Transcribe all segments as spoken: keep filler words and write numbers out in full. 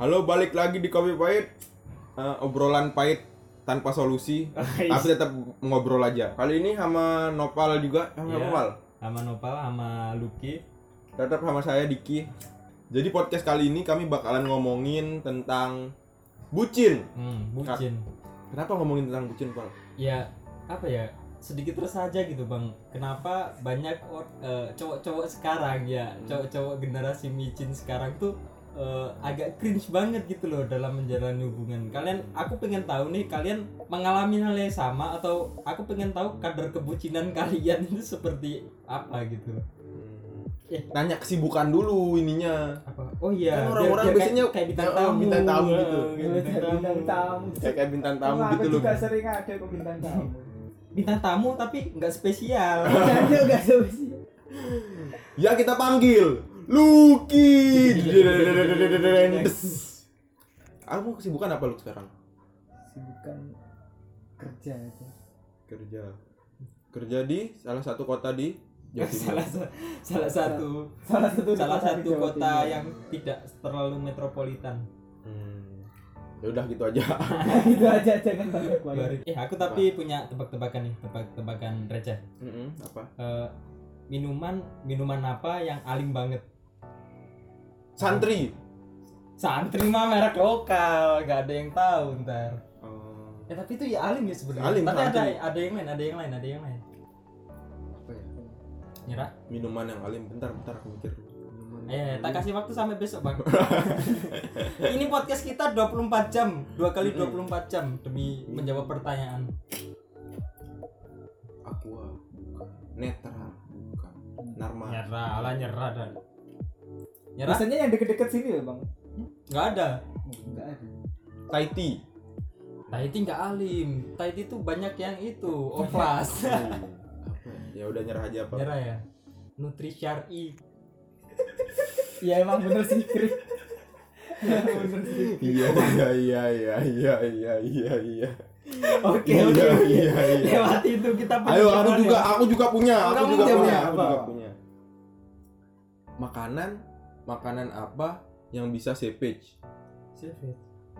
Halo, balik lagi di Kopi Pahit. Uh, obrolan pahit tanpa solusi, tapi tetap ngobrol aja. Kali ini sama Nopal juga, sama yeah, Nopal. Sama Nopal, sama Lucky. Tetap sama saya Diki. Jadi podcast kali ini kami bakalan ngomongin tentang bucin. Hmm, bucin. Kenapa ngomongin tentang bucin, Pal? Ya, apa ya? Sedikit resah aja gitu, Bang. Kenapa banyak or- uh, cowok-cowok sekarang ya, hmm. cowok-cowok generasi micin sekarang tuh Uh, agak cringe banget gitu loh dalam menjalani hubungan. Kalian, aku pengen tahu nih, kalian mengalami hal yang sama atau aku pengen tahu kadar kebucinan kalian itu seperti apa gitu. Hmm. Eh, nanya kesibukan dulu ininya. Apa? Oh iya. Kan orang-orang biar, biar biasanya kayak, kayak bintang tamu, bintang tamu gitu. Kayak bintang tamu. Kayak kayak bintang tamu oh, gitu aku loh. juga sering ada kok bintang tamu. Bintang tamu tapi nggak spesial. Enggak spesial. Ya kita panggil Lucky. Kamu kesibukan apa lu sekarang? Kesibukan kerja aja. Kerja. Kerja di salah satu kota di Jawa Timur. salah, salah satu salah satu salah kota satu kota yang tidak terlalu metropolitan. Hmm. Ya udah gitu aja. Gitu aja, jangan banyak banyak. Eh aku tapi apa? Punya tebak-tebakan nih, tebak-tebakan receh. Mm-hmm. Apa? Uh, minuman minuman apa yang alim banget? Santri. Santri mah merek lokal, gak ada yang tahu ntar. Oh. Ya tapi itu ya alim ya sebenarnya. Alim, tapi ada santri. ada yang lain, ada yang lain, ada yang lain. Apa ya? Nyerah? Minuman yang alim. Bentar, bentar aku mikir. Eh, tak kasih waktu sampai besok, Bang. Ini podcast kita dua puluh empat jam, dua kali dua puluh empat jam demi menjawab pertanyaan. Aqua, bukan. Netral, bukan. Narma. Nyerah, lah nyerah dan. Nyerah? Biasanya yang deket-deket sini ya, Bang? Enggak ada. Enggak ada. Thai tea. Thai tea enggak alim. Thai tea tuh banyak yang itu, oplas. Apa? Ya udah nyerah aja, Pak. Nyerah ya. Nutri syar'i. Iya emang bener sih, Krik. Bener sih. Iya, iya, iya, iya, iya, iya, iya, iya. Oke, Iya, oke. iya, iya. Lewat itu kita Ayo, aku juga, ya. aku juga punya, aku Kamu juga punya punya, apa? aku juga punya. Makanan, makanan apa yang bisa savage? Savage.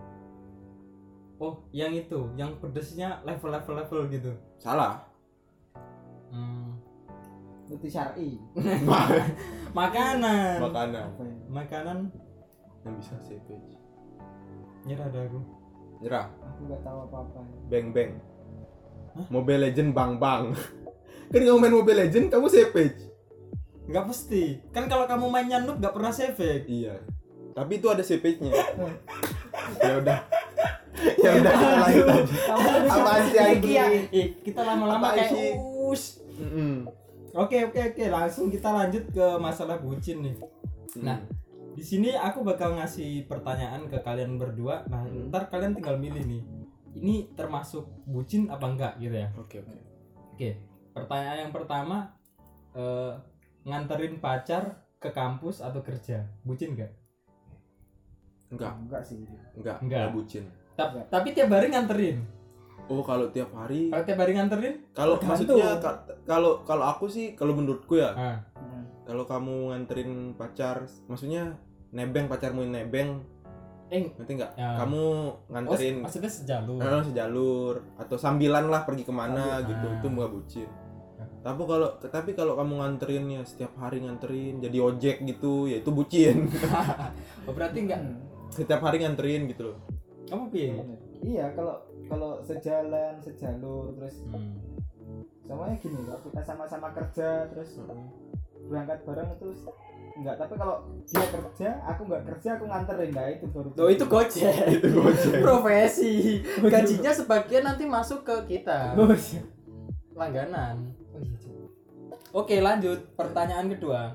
Oh, yang itu, yang pedesnya level-level-level gitu. Salah. Hmm. Nutri syar'i. Makanan. Makanan Apa ya? Makanan yang bisa savage. nyerah dah aku. Nyerah. Aku enggak tahu apa-apa. Bang bang. Hah? Mobile Legend bang bang. Kan kamu main Mobile Legend, kamu savage. Enggak pasti. Kan kalau kamu mainnya noob enggak pernah save. Iya. Tapi itu ada savage-nya. Ya udah. Ya udah kita lanjut aja. Apaan sih anjing? Eh, kita lama-lama Apaan kayak sih? us. Mm-mm. Oke, oke, oke, langsung kita lanjut ke masalah bucin nih. Nah, di sini aku bakal ngasih pertanyaan ke kalian berdua. Nah, Hmm. ntar kalian tinggal milih nih. Ini termasuk bucin apa enggak gitu ya? Oke, oke. Oke. Pertanyaan yang pertama, eh, nganterin pacar ke kampus atau kerja, bucin enggak? Enggak, Enggak sih. enggak, Enggak. enggak bucin. Ta- tapi tiap hari nganterin. Oh, kalau tiap hari Kalau tiap hari nganterin? kalau Tergantung. maksudnya ka- kalau kalau aku sih kalau menurutku ya, Ah, Hmm. kalau kamu nganterin pacar, maksudnya nebeng pacarmu nebeng, eh, ngerti nggak? Ya. Kamu oh, nganterin maksudnya sejalur. eh, sejalur atau sambilan lah pergi kemana Sambil- gitu, ah. itu nggak bucin. Ah. Tapi kalau tapi kalau kamu nganterinnya setiap hari nganterin jadi ojek gitu, ya itu bucin. Oh, berarti enggak. Hmm. Setiap hari nganterin gitu loh. Kamu piye? Iya, kalau kalau sejalan, sejalur terus Hmm. semuanya gini, kalau kita sama-sama kerja terus berangkat bareng terus enggak, tapi kalau dia kerja, aku enggak kerja, aku nganterin, nah itu baru. Oh, itu gojek. Itu gojek. Profesi. Gajinya sebagian nanti masuk ke kita. Oh, iya. Langganan. Oh, iya, Cuk. Oke, lanjut. Pertanyaan kedua.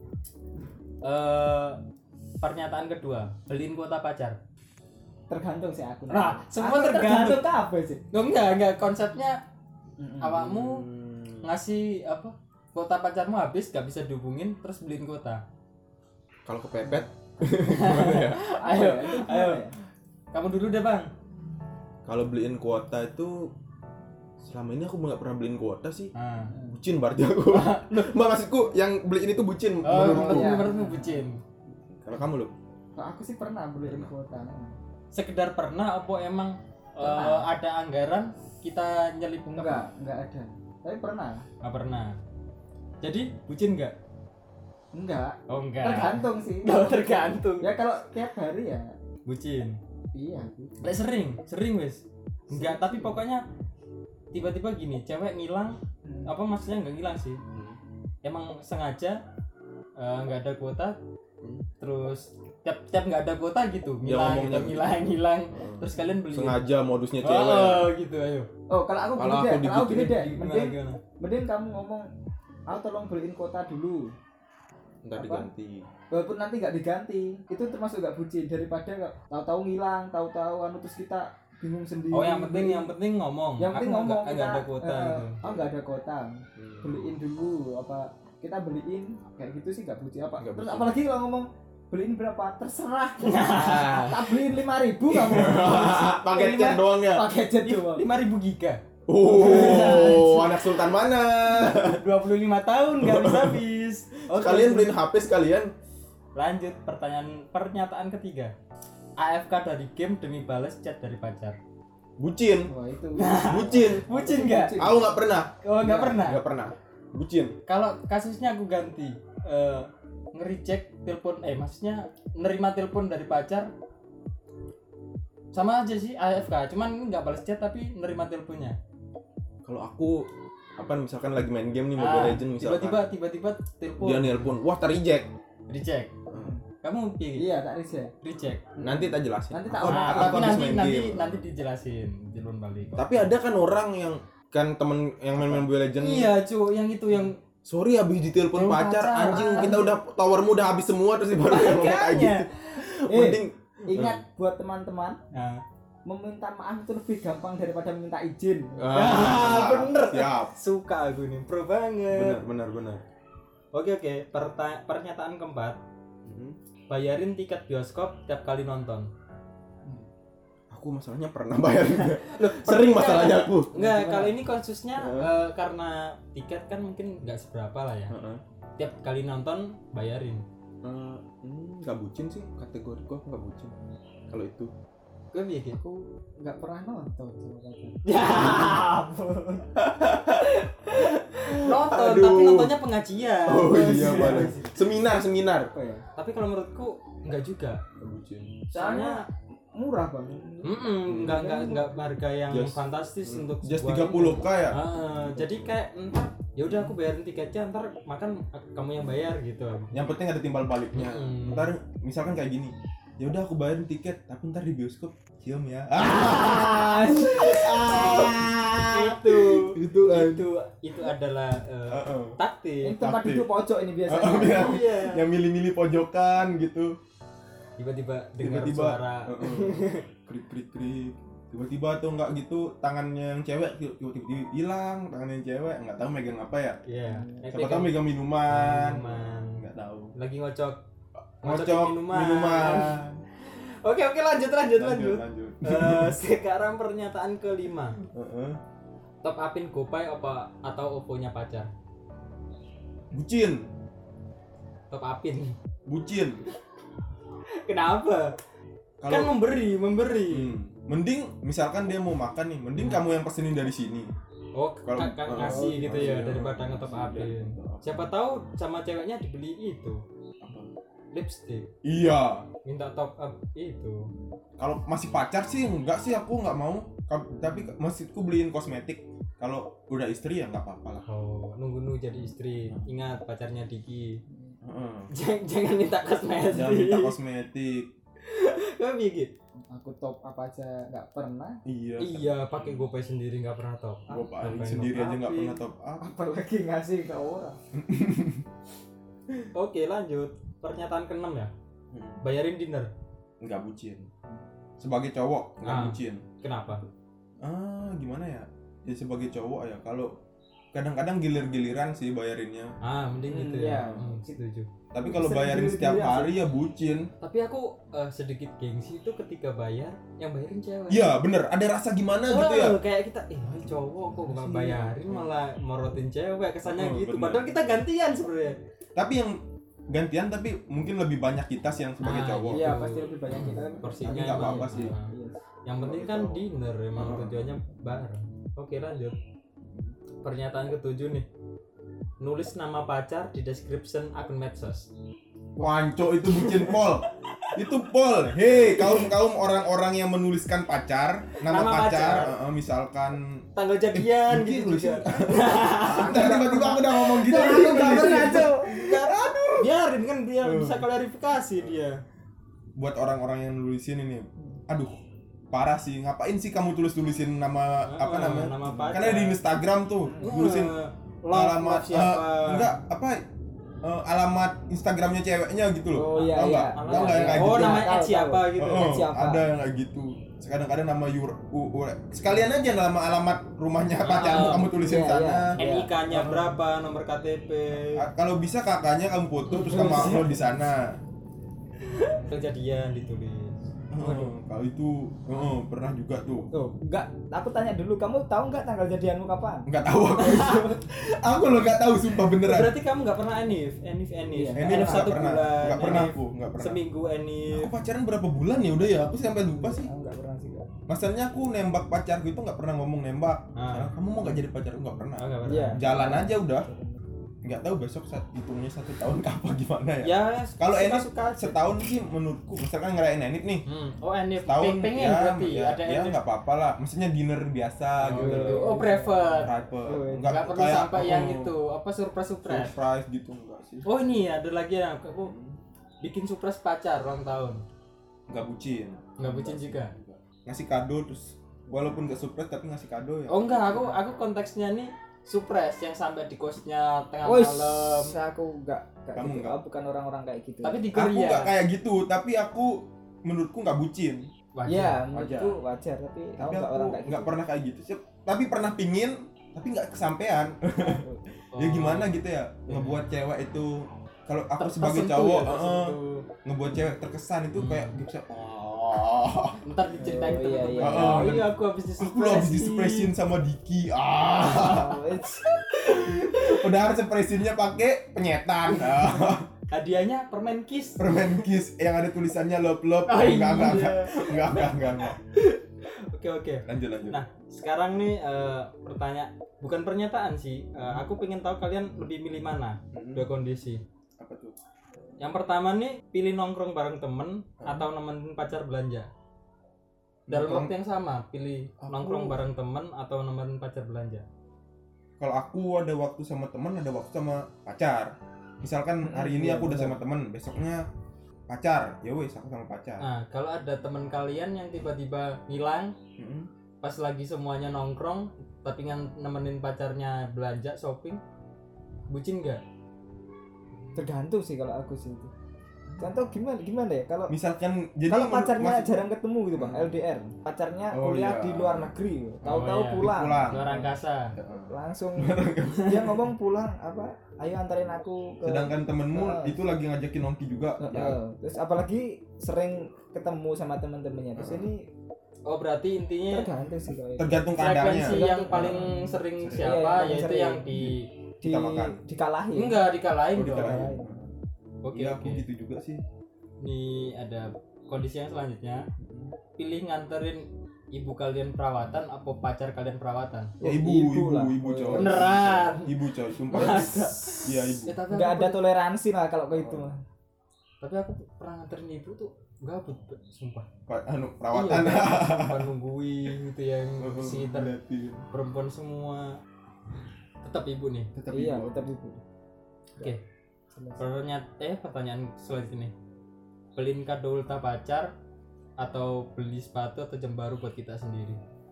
Eh, pernyataan kedua, beliin kuota pacar. Tergantung sih aku. Nah, semua Aku tergantung. tergantung apa sih? Oh, enggak, enggak konsepnya Mm-mm. awakmu Hmm. ngasih apa? Kuota pacarmu habis gak bisa dihubungin terus beliin kuota. Kalau kepepet gimana ya? Ayo, Apa ya? Itu ayo. gimana ya? Kamu dulu deh, Bang. Kalau beliin kuota itu selama ini aku nggak pernah beliin kuota sih. Nah. Bucin berarti aku. Mbak maksudku yang beliin itu bucin Oh, menurutku. iya. menurutmu bucin. Kalau kamu lu? Kalau aku sih pernah beliin kuota. Sekedar pernah apa emang Pernah. eh, ada anggaran kita nyelipungkan? Enggak, enggak ada. Tapi pernah. Nggak pernah. Jadi bucin nggak? Enggak. Oh enggak. Tergantung sih. Oh, tergantung. Ya kalau tiap hari ya Bucin. iya. Lek sering, sering wes. Enggak, tapi pokoknya tiba-tiba gini, cewek ngilang, Hmm. apa maksudnya enggak ngilang sih? Emang sengaja eh, nggak ada kuota, terus tiap tiap nggak ada kuota gitu, Ya, ngilang, ngomongnya gitu, ngilang, ngilang, Hmm. terus kalian beli. Sengaja modusnya Oh, cewek. oh, gitu ayo. Oh, kalau aku Kalau gini aku deh, kalau aku gini digituin, deh. Gimana, Mending gimana? mending kamu ngomong, "Aku tolong beliin kuota dulu." Ntar Apa? diganti. Walaupun nanti nggak diganti, itu termasuk nggak bucin daripada nggak tahu-tahu ngilang, tahu-tahu anu terus kita bingung sendiri. Oh, yang penting yang penting ngomong. yang penting Aku ngomong nggak nggak ada kuota eh, gitu. oh nggak ada kuota, Hmm. beliin dulu apa kita beliin kayak gitu sih nggak bucin apa. Nggak Terus bucin. apalagi kalau ngomong beliin berapa terserah. Tak beliin lima ribu kamu. Paket chat doang ya. Pakai jet doang. lima ribu giga. Oh, anak sultan mana? dua puluh lima tahun nggak habis-habis. Oke. Kalian beliin H P sekalian. Lanjut pertanyaan pernyataan ketiga. A F K dari game demi balas chat dari pacar. Bucin. Wah itu. Bucin. Bucin nggak? Aku nggak pernah. Oh nggak Nggak. pernah. Nggak pernah. Bucin. Kalau kasusnya aku ganti, eh nge-reject telepon, eh maksudnya nerima telepon dari pacar, sama aja sih A F K, cuman nggak balas chat tapi nerima teleponnya. Kalau aku apa misalkan lagi main game nih Ah, Mobile Legends misalkan. tiba-tiba tiba-tiba telepon, Dia nelpon, wah ter-reject. reject. Kamu pilih Iya tak reject. reject. Nanti tak jelasin. Nanti tak Aku- omong. Nah, aku tapi habis nanti main nanti game. nanti dijelasin telepon balik. Tapi ada kan orang yang kan temen yang main-main Mobile Legends. Iya cu, yang itu yang Sorry habis ditelepon Telepon pacar, pacar, anjing anjing. kita udah towermu udah habis semua terus baru dia ngomong kayak makanya. gitu. Eh, Mending ingat buat teman-teman, Nah, meminta maaf itu lebih gampang daripada meminta izin. ah, bener. Siap. suka aku nih, pro banget. Benar benar benar. Oke oke, Perta- pernyataan keempat, Hmm. bayarin tiket bioskop tiap kali nonton. Aku masalahnya pernah bayar juga. Sering masalahnya aku. Enggak, Gimana? kalau ini kasusnya Heeh. eh, karena tiket kan mungkin nggak seberapa lah ya. Heeh. Tiap kali nonton bayarin. Eh, hmm, nggak bucin sih kategoriku, aku nggak bucin kalau itu. Gue biar Aku nggak pernah nonton sama pacar. Ya ampun. Nonton, Aduh. tapi nontonnya pengajian. Oh iya balas. Seminar seminar. Apa ya? Tapi kalau menurutku enggak juga. Nggak bucin. Soalnya Murah bang. mm enggak enggak enggak harga yang Just- fantastis untuk Just sebuah tiga puluh k ya. Ah, jadi kayak ntar ya udah aku bayarin tiketnya, ntar makan kamu yang bayar gitu. Yang penting ada timbal baliknya. Mm-mm. Ntar misalkan kayak gini. Ya udah aku bayarin tiket, tapi ntar di bioskop cium ya. Ah, itu Itu kan. itu itu adalah eh, Heeh. Ini taktik. tempat Taktik. duduk pojok ini biasanya. Oh, iya. Iya. Yang milih-milih pojokan gitu. Tiba-tiba dengar Tiba-tiba suara. heeh. krik krik krik. Tiba-tiba tuh nggak gitu tangannya yang cewek tiba-tiba hilang, tangannya yang cewek nggak tahu megang apa ya. Iya. Eh, Siapa tahu megang minuman. minuman. Nggak tahu. Lagi ngocok. Ngocok minuman. Oke oke lanjut lanjut lanjut. lanjut. Eh, sekarang pernyataan kelima. Heeh. Top upin GoPay apa atau Oppo-nya pacar? Bucin, Top upin. bucin. Kenapa? Kan Kalau memberi, memberi. hmm, mending misalkan dia mau makan nih, mending kamu yang pesenin dari sini. Oh, Kalau- ka- ka- oh, ngasih gitu ya ngasih, daripada oh, ngetop ngasih, upin. iya. Siapa tahu sama ceweknya dibeli itu Apa? lipstick, Iya. minta top up itu. Kalau masih pacar sih enggak sih, aku nggak mau. Ka- Tapi maksudku beliin kosmetik. Kalau udah istri ya nggak apa-apa lah. Oh, nunggu-nunggu jadi istri. Ingat pacarnya Diki. Heeh. Jangan, jangan minta kosmetik. Jangan minta kosmetik. Kamu bikin? Aku top apa aja nggak pernah. Iya. Iya, pakai GoPay sendiri nggak pernah top up. Gue paling Ngapain sendiri top aja nggak upin? pernah top up. Apalagi ngasih ke orang. Oke, lanjut. Pernyataan keenam ya. Hmm. Bayarin dinner. Nggak bucin. Sebagai cowok nggak Ah. bucin. Kenapa? Ah gimana ya? Ya sebagai cowok ya kalau kadang-kadang gilir-giliran sih bayarinnya. Ah, mending Hmm, gitu ya. iya. Hmm, setuju. Tapi kalau Sering bayarin gilir-giliran setiap sih. hari ya bucin. Tapi aku eh, sedikit gengsi itu ketika bayar yang bayarin cewek. Iya bener, ada rasa gimana gitu ya. Oh, kayak kita, eh ini cowok kok nggak bayarin malah morotin cewek kesannya Oh, gitu. bener. Padahal kita gantian sebenarnya. Tapi yang gantian tapi mungkin lebih banyak kita sih yang sebagai Nah, cowok. Iya, pasti lebih banyak kita kan. Porsinya Tapi nggak emang apa-apa ya. sih. Nah, Iya. yang penting kan dinner emang Hmm. tujuannya bareng. Oke, lanjut. Pernyataan ketujuh nih. Nulis nama pacar di description akun medsos. Wanco itu bucin pol. Itu pol. Hei, kaum-kaum orang-orang yang menuliskan pacar, nama, Nama pacar, pacar. uh, misalkan Tanggal jadian Mungkin gitu tulisin. juga. Ntar tiba-tiba aku udah ngomong gitu. Aku dia nggak nulis. pernah, Cok. Biarin kan biar Hmm. bisa klarifikasi dia. Buat orang-orang yang nulisin ini, aduh, parah sih. Ngapain sih kamu tulis-tulisin nama apa Ah, namanya? nama pacar. Karena di Instagram tuh nulisin Eh, love, alamat love siapa? eh, enggak apa eh, alamat Instagramnya ceweknya gitu loh. Oh, iya, Tahu nggak? iya. Tahu nggak yang kayak Oh, gitu? nama Tahu, Ed siapa tahu. gitu. Oh, oh, siapa? ada yang kayak gitu. Kadang-kadang nama yur, u, u, sekalian aja nama alamat rumahnya pacarmu Ah, kamu tulisin iya, sana. iya. N I K-nya berapa, nomor K T P, Ah, Kalau bisa kakaknya kamu foto terus kamu upload di sana. kejadian ditulis. Oh, kalau itu oh, pernah juga tuh. Tuh, enggak, aku tanya dulu, kamu tahu enggak tanggal jadianmu kapan? Enggak tahu aku. Aku lo enggak tahu sumpah beneran. Berarti kamu nggak pernah enif, enif, enif, Iya. Enif enif nggak satu pernah. bulan, Nggak pernah enif aku, nggak pernah. seminggu enif. Aku pacaran berapa bulan ya udah ya? Aku sampai lupa sih. Aku enggak pernah sih, Kak. Masalahnya aku nembak pacarku itu nggak pernah ngomong nembak. Ah. Karena kamu mau nggak jadi pacarku nggak pernah. Oh, nggak pernah. Iya. Jalan aja udah. Nggak tahu besok saat hitungnya satu tahun kapan gimana ya. Ya, Kalau enif suka setahun sih menurutku, misalkan ngerayain enif nih. Hmm. Oh, enif. Setahun Peng- pengen ya, berarti ya, ada ya enif. nggak apa-apa lah. Maksudnya dinner biasa Oh, gitu. gitu. Oh, private. Private. Oh, Nggak Nggak perlu kayak, sampai yang oh, itu, apa surprise surprise. surprise gitu enggak sih. Oh, ini ada lagi yang aku bikin surprise pacar ulang tahun. Nggak bucin. Nggak bucin juga. Ngasih kado terus walaupun nggak surprise tapi ngasih kado ya. Oh enggak, aku aku konteksnya nih surprise yang sampai di kosnya tengah Wih, malam. aku enggak, enggak Kamu gitu. enggak? Aku bukan orang-orang kayak gitu. Tapi di Aku Korea. nggak kayak gitu, tapi aku menurutku nggak bucin. Wajar. Iya, wajar. menurutku wajar, tapi aku Tapi enggak aku orang kayak gitu. nggak pernah kayak gitu sih. Tapi pernah pingin, tapi nggak kesampaian. Oh. Ya gimana gitu ya, Iya. ngebuat cewek itu kalau aku Ter- sebagai tersentuh cowok, ya, eh, tersentuh. ngebuat cewek terkesan itu Hmm. kayak bisa. Oh, Ntar diceritain Oh, ke iya, temen-temen. iya. Oh, iya. iya aku habis di aku lo habis dispresin sama Diki. Ah, Oh, it's- udah harus presinnya pakai penyetan. Ah, Hadiahnya permen kiss. permen kiss yang ada tulisannya love love. Oh, enggak, iya. enggak, enggak, enggak, enggak, enggak, enggak. Oke oke. Lanjut, lanjut. Nah, sekarang nih eh, pertanyaan bukan pernyataan sih. Eh, aku pengen tahu kalian lebih milih mana Hmm. dua kondisi. Apa tuh? Yang pertama nih pilih nongkrong bareng temen atau nemenin pacar belanja. Dalam Nongkrong- waktu yang sama, pilih Aku- nongkrong bareng temen atau nemenin pacar belanja. Kalau aku ada waktu sama teman, ada waktu sama pacar. Misalkan hari ini Iya, aku udah benar. sama teman, besoknya pacar. Ya wes, aku sama pacar. Nah, kalau ada temen kalian yang tiba-tiba hilang Mm-mm. pas lagi semuanya nongkrong tapi ngan- nemenin pacarnya belanja shopping, bucin nggak? tergantung sih kalau aku sih itu. Contoh gimana gimana ya kalau Misalkan jadi kalau menurut- pacarnya maksud- jarang ketemu gitu bang, Hmm. L D R, pacarnya Oh, kuliah iya. di luar negeri, tahu-tahu iya. pulang, Pulang. Luar angkasa. langsung dia ngomong pulang apa, ayo antarin aku ke. Sedangkan temenmu Heeh. itu lagi ngajakin nongki juga. Heeh. Ya. Terus apalagi sering ketemu sama teman-temannya, terus Heeh. ini Oh, berarti intinya tergantung sih kalau itu. Tergantung keadaannya. frekuensi yang paling sering Iya, siapa yang paling yaitu sering. yang di di Kita makan. dikalahin. enggak dikalahin Oh, dong. dikalahin. Oke Iya, oke. aku gitu juga sih. Nih ada kondisi yang selanjutnya. Pilih nganterin ibu kalian perawatan apa pacar kalian perawatan? Ya Oh, ibu, ibu ibu, lah. ibu, coy. Beneran. Ibu coy, sumpah. Masa? Iya, ibu. Ya, tapi Nggak aku- ada toleransi lah kalau kayak itu mah. Tapi aku pernah nganterin ibu tuh gabut, sumpah. Pa- anu perawatan. Iya, sumpah nungguin gitu yang sekitar Liatin. perempuan semua. Tetap ibu nih. Tetap Iya, ibu. tetap ibu. Oke. Pertanyaan eh pertanyaan selanjutnya. Beliin kado ulta pacar atau beli sepatu atau jam baru buat kita sendiri?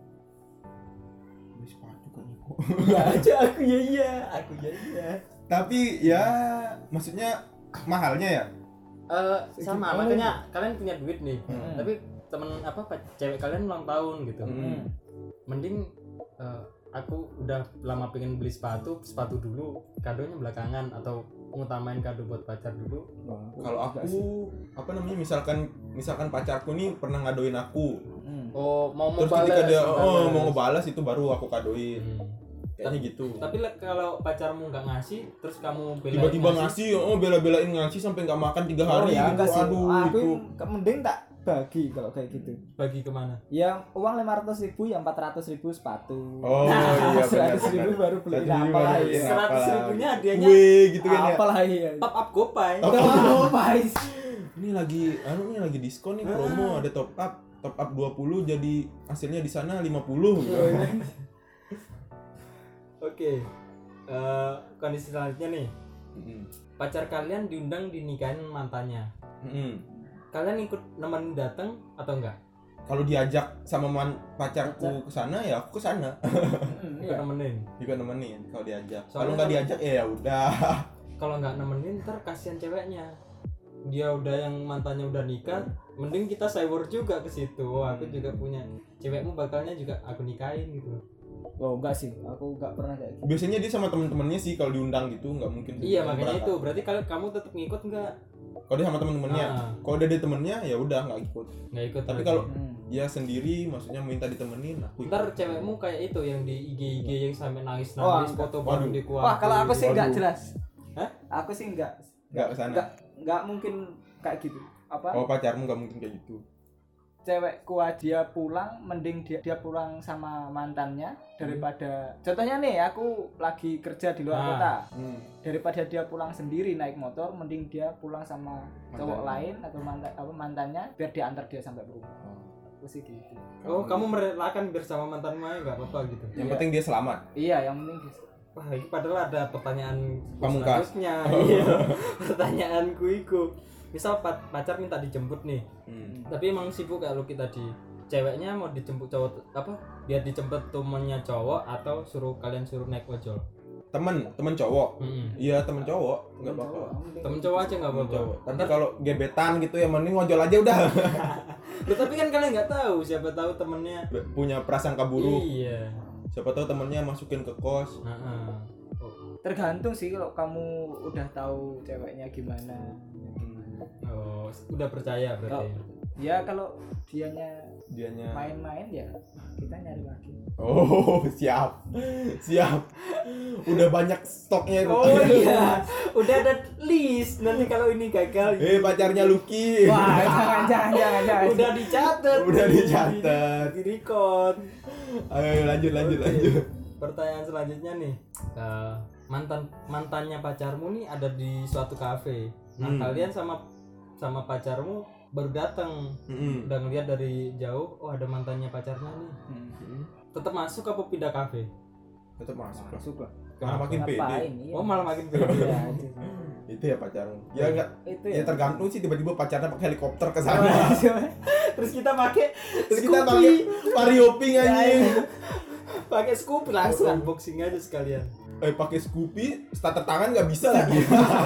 Beli sepatu kan ibu. Iya aja aku ya iya, aku ya iya. Tapi ya maksudnya mahalnya ya. Eh sama Gimana makanya kalian punya duit nih. Hmm. Tapi temen apa pa- cewek kalian ulang tahun gitu. Hmm. Mending eh, aku udah lama pengen beli sepatu, sepatu dulu, kadonya belakangan atau ngutamain kado buat pacar dulu. Kalau aku apa namanya misalkan misalkan pacarku nih pernah ngadoin aku. Hmm. Oh, mau mau Terus ketika balas. dia mau oh balas. mau ngebalas itu baru aku kadoin. Hmm. Kayaknya gitu. Tapi le- kalau pacarmu nggak ngasih, terus kamu belain Tiba-tiba ngasih, oh bela-belain ngasih sampai nggak makan tiga Oh hari ya, gitu. enggak sih. Aduh, Aku itu. yang- mending tak bagi kalau kayak gitu. bagi kemana? Yang uang lima ratus ribu, yang empat ratus ribu sepatu. Oh iya benar. seratus ribu baru beli Seratus ribu apa baru lah beli ya. apa. Seratus lah. ribunya hadiahnya Wih, gitu kan ya. Apa lah ya. top up GoPay. Top Apa guys? Ini lagi anu nih lagi diskon nih promo, ada top up. Top up dua puluh jadi hasilnya di sana lima puluh gitu. Oke. Eh, kondisi selanjutnya nih. Mm-mm. Pacar kalian diundang dinikahin mantannya. Mm-mm. Kalian ikut nemenin datang atau enggak? Kalau diajak sama man, pacarku ke sana ya aku ke sana. Hmm, Ikut iya. nemenin. Juga nemenin kalau diajak. Soalnya Kalau nggak kalau- diajak ya udah. Kalau nggak nemenin ntar kasihan ceweknya. Dia udah yang mantannya udah nikah, mending kita cyber juga ke situ. Oh, aku juga punya cewekmu bakalnya juga aku nikahin gitu. Oh enggak sih, aku enggak pernah kayak gitu. Biasanya dia sama temen-temennya sih kalau diundang gitu nggak mungkin. Iya makanya berangkat. itu. Berarti kalau kamu tetap ngikut nggak? Kalau dia sama temen-temennya, Ah. kalau udah ada temennya ya udah nggak ikut. Nggak ikut. Tapi berarti. kalau Hmm. dia sendiri, maksudnya minta ditemenin, aku ikut. ntar cewekmu kayak itu yang di I G I G yang sampai nangis Oh, nangis foto waduh. bareng di kuah. Wah, kalau aku sih enggak Waduh. jelas. Hah? Aku sih enggak Nggak kesana. enggak enggak mungkin kayak gitu. Apa? Oh pacarmu nggak mungkin kayak gitu. Cewekku dia pulang mending dia dia pulang sama mantannya daripada contohnya nih aku lagi kerja di luar Ah. kota. Hmm. Daripada dia pulang sendiri naik motor mending dia pulang sama cowok Mantannya. lain atau mantan apa mantannya biar diantar dia sampai rumah. Aku sih gitu. Oh kamu merelakan bersama mantanmu aja nggak apa-apa gitu. Yang Iya. penting dia selamat. Iya, yang penting gitu. Wah ini padahal ada pertanyaan Pamungkas. selanjutnya. Iya. Pertanyaanku itu. Misal pa- pacar minta dijemput nih, Hmm. tapi emang sibuk kalau kita di ceweknya mau dijemput cowok apa biar dijemput temennya cowok atau suruh kalian suruh naik ojol. Temen, temen cowok. Mm-mm. Iya temen cowok, nggak apa-apa. Temen cowok aja nggak Temen apa-apa. cowok. Tapi kalau gebetan gitu ya mending ngojol aja udah. Loh, tapi kan kalian nggak tahu siapa tahu temennya. Punya prasangka buruk. Iya. Siapa tahu temennya masukin ke kos. Heeh. Tergantung sih kalau kamu udah tahu ceweknya gimana. Oh, udah percaya berarti. Ya kalau dianya Dianya. main-main ya kita nyari lagi. Oh siap, siap. Udah banyak stoknya itu. Oh iya, udah ada list. Nanti kalau ini gagal, Eh pacarnya Lucky. Wah, jangan jangan jangan jangan. udah dicatat. Udah nih, dicatat. Di, di record. Ayo lanjut lanjut Oke. lanjut. Pertanyaan selanjutnya nih, Eh, mantan mantannya pacarmu nih ada di suatu kafe. Nah Hmm. kalian sama sama pacarmu baru datang, Mm-mm. udah ngeliat dari jauh, oh ada mantannya pacarnya nih. Hmm. Tetap masuk apa pindah kafe? Tetap masuk lah. Masuk lah. Karena makin pede. Ngapain iya. Oh malah makin pede. Iya, itu. Itu ya pacarmu. Ya enggak. Itu Ya tergantung sih tiba-tiba pacarnya pakai helikopter ke Oh, sana. iya. Terus kita pakai Terus kita Scoopy. pakai varioping anjing. pakai Scoopy langsung unboxing aja sekalian. Eh pakai Scoopy, starter tangan nggak bisa lagi.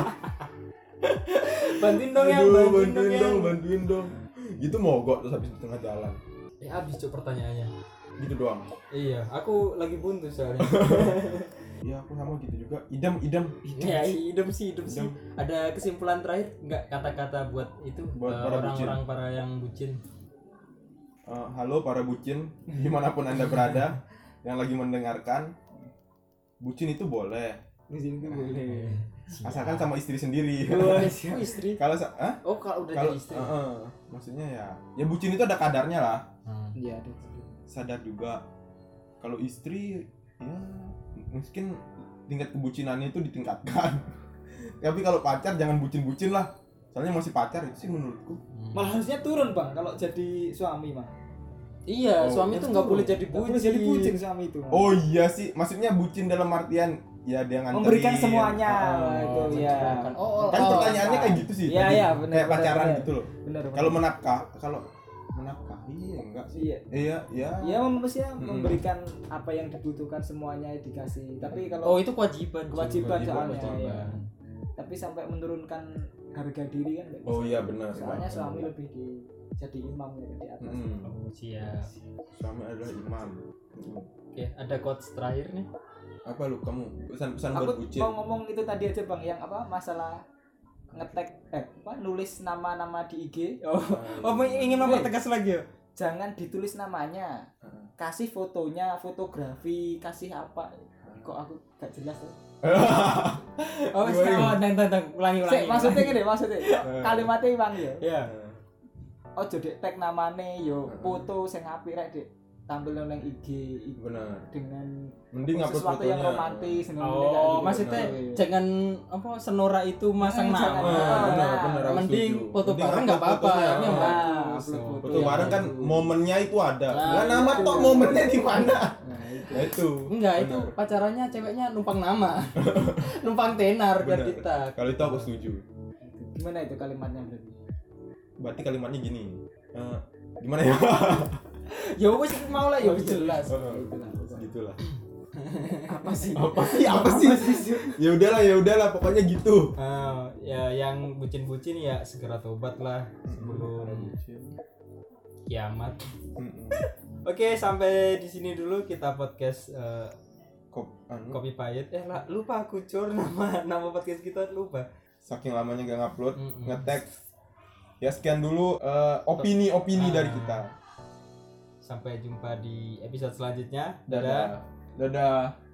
Bantuin dong ya, Aduh, bantuin, bantuin dong ya. dong, bantuin dong. Gitu mogok terus habis di tengah jalan. Ya habis cuk pertanyaannya. Gitu doang. Iya, aku lagi buntu soalnya. Iya aku sama gitu juga. Idam idam. Ya hidup sih, hidup sih. Idam. Ada kesimpulan terakhir nggak kata-kata buat itu Buat eh, para orang-orang para yang bucin? Eh, halo para bucin, dimanapun anda berada yang lagi mendengarkan, bucin itu boleh, Di sini tuh boleh. asalkan sama istri sendiri. Oh, istri. Kalau sa- Hah? Oh, kalau udah kalau jadi istri. eh, eh, maksudnya ya, ya bucin itu ada kadarnya lah. Hmm. Iya, ada. Sadar juga. Kalau istri, ya mungkin tingkat kebucinannya itu ditingkatkan. Tapi kalau pacar jangan bucin-bucin lah. Soalnya masih pacar itu sih menurutku. Hmm. Malah harusnya turun, Bang, kalau jadi suami, mah. Iya, Oh, suami itu tuh nggak boleh jadi Nggak bucin. boleh jadi bucin suami itu. Bang. Oh iya sih, maksudnya bucin dalam artian ya dia nganterin. Memberikan semuanya, Ah, itu ya. mencerahkan. Oh, Kan oh, pertanyaannya oh, kayak gitu sih. Iya, tadi. iya, benar, Kayak benar, pacaran benar. gitu loh. Benar, benar. Kalau menafkah, kalau menafkah, iya enggak sih. Iya. Iya, iya. Ya manusia Mm-mm. memberikan apa yang dibutuhkan semuanya dikasih. Tapi Oh, kalau itu kewajiban. kewajiban kewajiban, soalnya kewajiban. ya. Tapi sampai menurunkan harga diri kan nggak bisa. Oh iya benar. Soalnya suami lebih di jadi imam ya di atas. Mm-mm. Oh, siap. Suami adalah imam. Mm-mm. Oke, ada quotes terakhir nih. Apa lu kamu pesan-pesan Aku buat bucin? mau ngomong itu tadi aja Bang, yang apa masalah ngetek eh apa nulis nama-nama di I G. Oh, Oh, ingin mempertegas lagi ya? jangan ditulis namanya. Ah. Kasih fotonya, fotografi, kasih apa. kok aku gak jelas tuh. Oh, wis oh, teng teng teng ulangi ulangi. Sik, maksudnya ngene, maksudnya kalimatnya Iwang ya. Iya. Ojo dek tag namane yo foto sing apik rek dek tampil nang I G Bener. dengan Mending upload sesuatu yang fotonya. romantis dengan Oh, maksudnya jangan apa senora itu masang Hmm, nama. jangan. Ah, bener, Nah, bener, aku Mending setuju. foto Mending bareng upload enggak apa-apa. fotonya. Ini yang Nah, bagus. upload foto. Foto Iya, bareng kan betul. momennya itu ada. Nah, Nah, nama itu. tok momennya di mana? Nah, itu. Nah, itu. Enggak, itu Bener. pacarannya ceweknya numpang nama. Numpang tenar biar Bener. kita. Kalau itu aku setuju. Gimana itu kalimatnya berarti? Berarti kalimatnya gini. Eh, gimana ya? Ya wis mau lah ya wis jelas. Gitulah. Apa sih? Apa sih? Apa sih? Ya udahlah, ya udahlah, pokoknya gitu. Ah, ya yang bucin-bucin ya segera tobat lah sebelum kiamat. Mm-mm. Oke, sampai di sini dulu kita podcast eh, Kop, anu, Kopi Pahit. Eh lah, lupa aku cur nama nama podcast kita lupa. saking lamanya gak ngupload, Mm-mm. nge-tag. Ya sekian dulu eh, opini-opini Ah. dari kita. Sampai jumpa di episode selanjutnya. Dadah. Dadah.